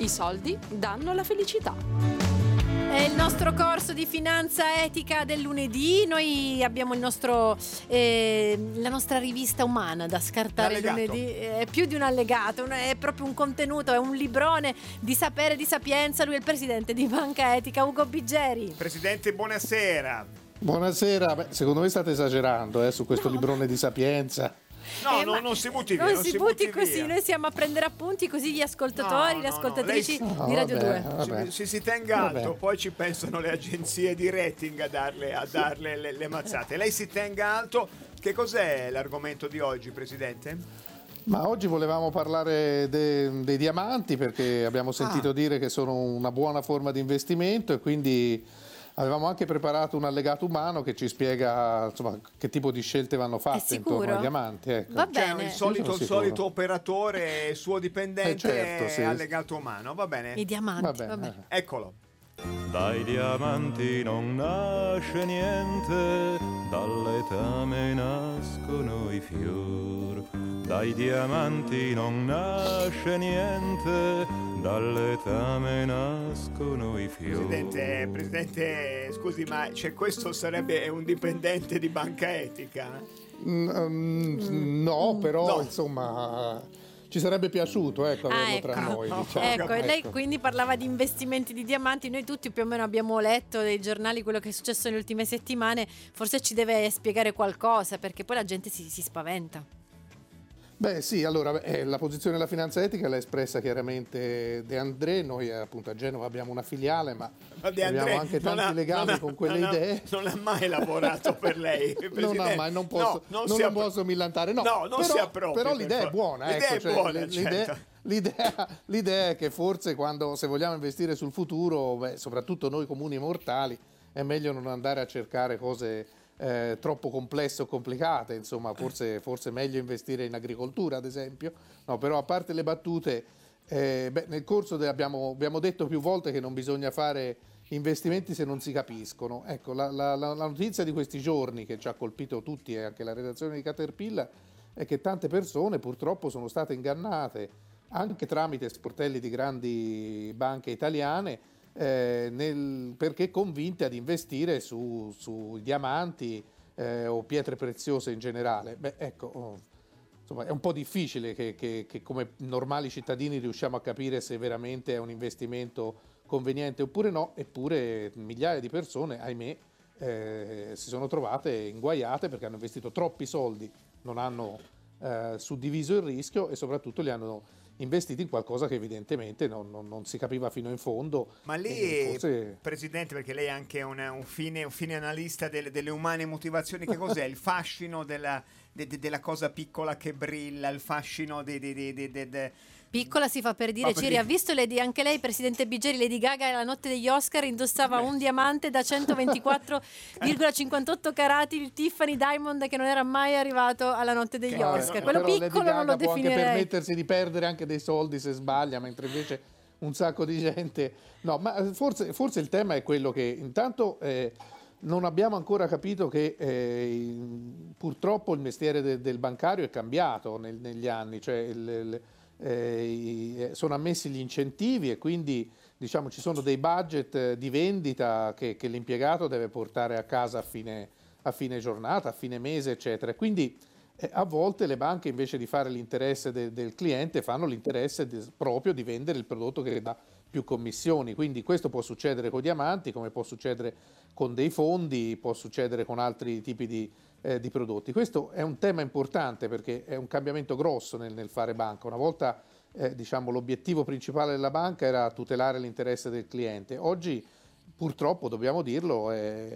soldi danno la felicità. È il nostro corso di finanza etica del lunedì. Noi abbiamo la nostra rivista umana da scartare il lunedì. È più di un allegato, è proprio un contenuto, è un librone di sapere, di sapienza. Lui è il presidente di Banca Etica, Ugo Biggeri. Presidente, buonasera. Buonasera. Beh, secondo me state esagerando su questo librone di sapienza. No, non si butti via. Non si butti così, via. Noi siamo a prendere appunti, così gli ascoltatori, le ascoltatrici di Radio 2. Si tenga alto, poi ci pensano le agenzie di rating a darle le mazzate. Lei si tenga alto. Che cos'è l'argomento di oggi, Presidente? Ma oggi volevamo parlare dei diamanti, perché abbiamo sentito dire che sono una buona forma di investimento, e quindi avevamo anche preparato un allegato umano che ci spiega, insomma, che tipo di scelte vanno fatte intorno ai diamanti. Ecco. Va bene. Il solito operatore, suo dipendente, allegato umano. Va bene. I diamanti. Va bene. Eccolo. Dai diamanti non nasce niente, dall'etame nascono i fior. Dai diamanti non nasce niente, dall'etame nascono i fior. Presidente, scusi, ma questo sarebbe un dipendente di Banca Etica? No, però insomma ci sarebbe piaciuto averlo tra noi. Diciamo. E lei quindi parlava di investimenti di diamanti. Noi tutti più o meno abbiamo letto dei giornali quello che è successo nelle ultime settimane. Forse ci deve spiegare qualcosa, perché poi la gente si spaventa. Beh sì, allora la posizione della finanza etica l'ha espressa chiaramente De André. Noi appunto a Genova abbiamo una filiale, ma abbiamo anche tanti legami con quelle idee. Non ha mai lavorato per lei, non ha mai, non posso millantare. Non si appropria. Però l'idea è buona. L'idea è che forse se vogliamo investire sul futuro, soprattutto noi comuni mortali, è meglio non andare a cercare cose troppo complesse o complicate, insomma, forse è meglio investire in agricoltura, ad esempio. No, però a parte le battute, nel corso abbiamo detto più volte che non bisogna fare investimenti se non si capiscono. Ecco, la notizia di questi giorni che ci ha colpito tutti, e anche la redazione di Caterpillar, è che tante persone purtroppo sono state ingannate anche tramite sportelli di grandi banche italiane, perché convinte ad investire su diamanti o pietre preziose in generale. Insomma, è un po' difficile che come normali cittadini riusciamo a capire se veramente è un investimento conveniente oppure no, eppure migliaia di persone, ahimè, si sono trovate inguaiate perché hanno investito troppi soldi, non hanno suddiviso il rischio e soprattutto li hanno investiti in qualcosa che evidentemente non si capiva fino in fondo. Ma lei, Presidente, perché lei è anche un fine analista delle umane motivazioni, che cos'è il fascino della cosa piccola che brilla, il fascino Piccola si fa per dire. Ciri, ha visto anche lei, Presidente Biggeri, Lady Gaga la notte degli Oscar indossava un diamante da 124,58 carati, il Tiffany Diamond, che non era mai arrivato alla notte degli Oscar. Quello piccolo non lo definirei. Può anche permettersi di perdere anche dei soldi se sbaglia, mentre invece un sacco di gente no. Ma forse il tema è quello che intanto non abbiamo ancora capito che purtroppo il mestiere del bancario è cambiato negli anni, cioè sono ammessi gli incentivi e quindi diciamo ci sono dei budget di vendita che l'impiegato deve portare a casa a fine giornata, a fine mese, eccetera. Quindi a volte le banche, invece di fare l'interesse del cliente, fanno l'interesse proprio di vendere il prodotto che dà più commissioni. Quindi questo può succedere con i diamanti, come può succedere con dei fondi, può succedere con altri tipi di prodotti. Questo è un tema importante perché è un cambiamento grosso nel fare banca. Una volta diciamo, l'obiettivo principale della banca era tutelare l'interesse del cliente. Oggi purtroppo, dobbiamo dirlo,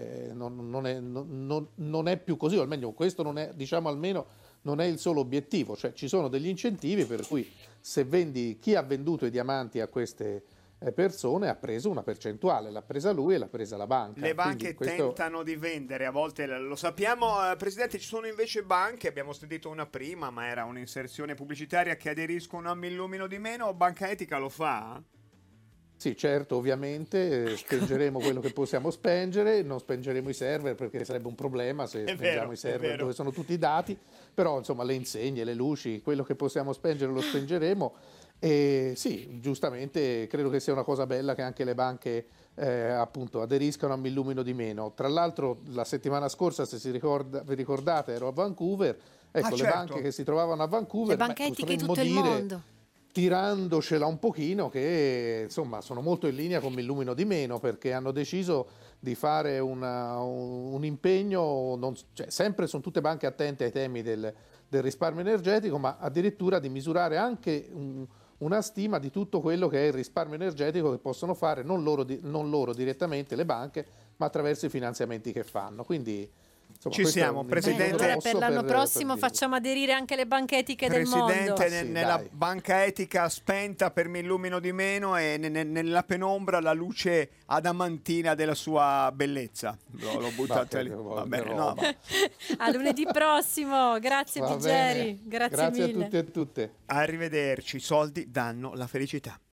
non è più così, o almeno questo non è, diciamo, almeno non è il solo obiettivo. Cioè ci sono degli incentivi per cui se chi ha venduto i diamanti a queste persone ha preso una percentuale, l'ha presa lui e l'ha presa la banca. Le banche tentano di vendere, a volte lo sappiamo. Presidente, ci sono invece banche, abbiamo sentito una prima, ma era un'inserzione pubblicitaria, che aderiscono a Mi Illumino di Meno. Banca Etica lo fa? Sì, certo, ovviamente spengeremo quello che possiamo spengere, non spengeremo i server perché sarebbe un problema se spengiamo i server dove sono tutti i dati, però insomma le insegne, le luci, quello che possiamo spengere lo spengeremo. E sì, giustamente credo che sia una cosa bella che anche le banche appunto aderiscano a Mi illumino di meno. Tra l'altro la settimana scorsa, se vi ricordate, ero a Vancouver, ecco, le certo. banche che si trovavano a Vancouver, Le banche etiche di potremmo tutto il dire, mondo. tirandocela un pochino, che insomma sono molto in linea con Mi illumino di meno, perché hanno deciso di fare un impegno, cioè, sempre sono tutte banche attente ai temi del risparmio energetico, ma addirittura di misurare anche una stima di tutto quello che è il risparmio energetico che possono fare non loro direttamente, le banche, ma attraverso i finanziamenti che fanno. Quindi insomma, Ci questo è siamo, un Presidente. impegno Allora grosso per l'anno prossimo dirlo. facciamo aderire anche le banche etiche del mondo. Presidente, Sì, nella dai. banca etica spenta per Mi illumino di meno e nella penombra la luce adamantina della sua bellezza. L'ho buttata lì. Va bene, no, ma- A lunedì prossimo, grazie Va Bigeri, bene. grazie Grazie mille. a tutti e a tutte. Arrivederci, i soldi danno la felicità.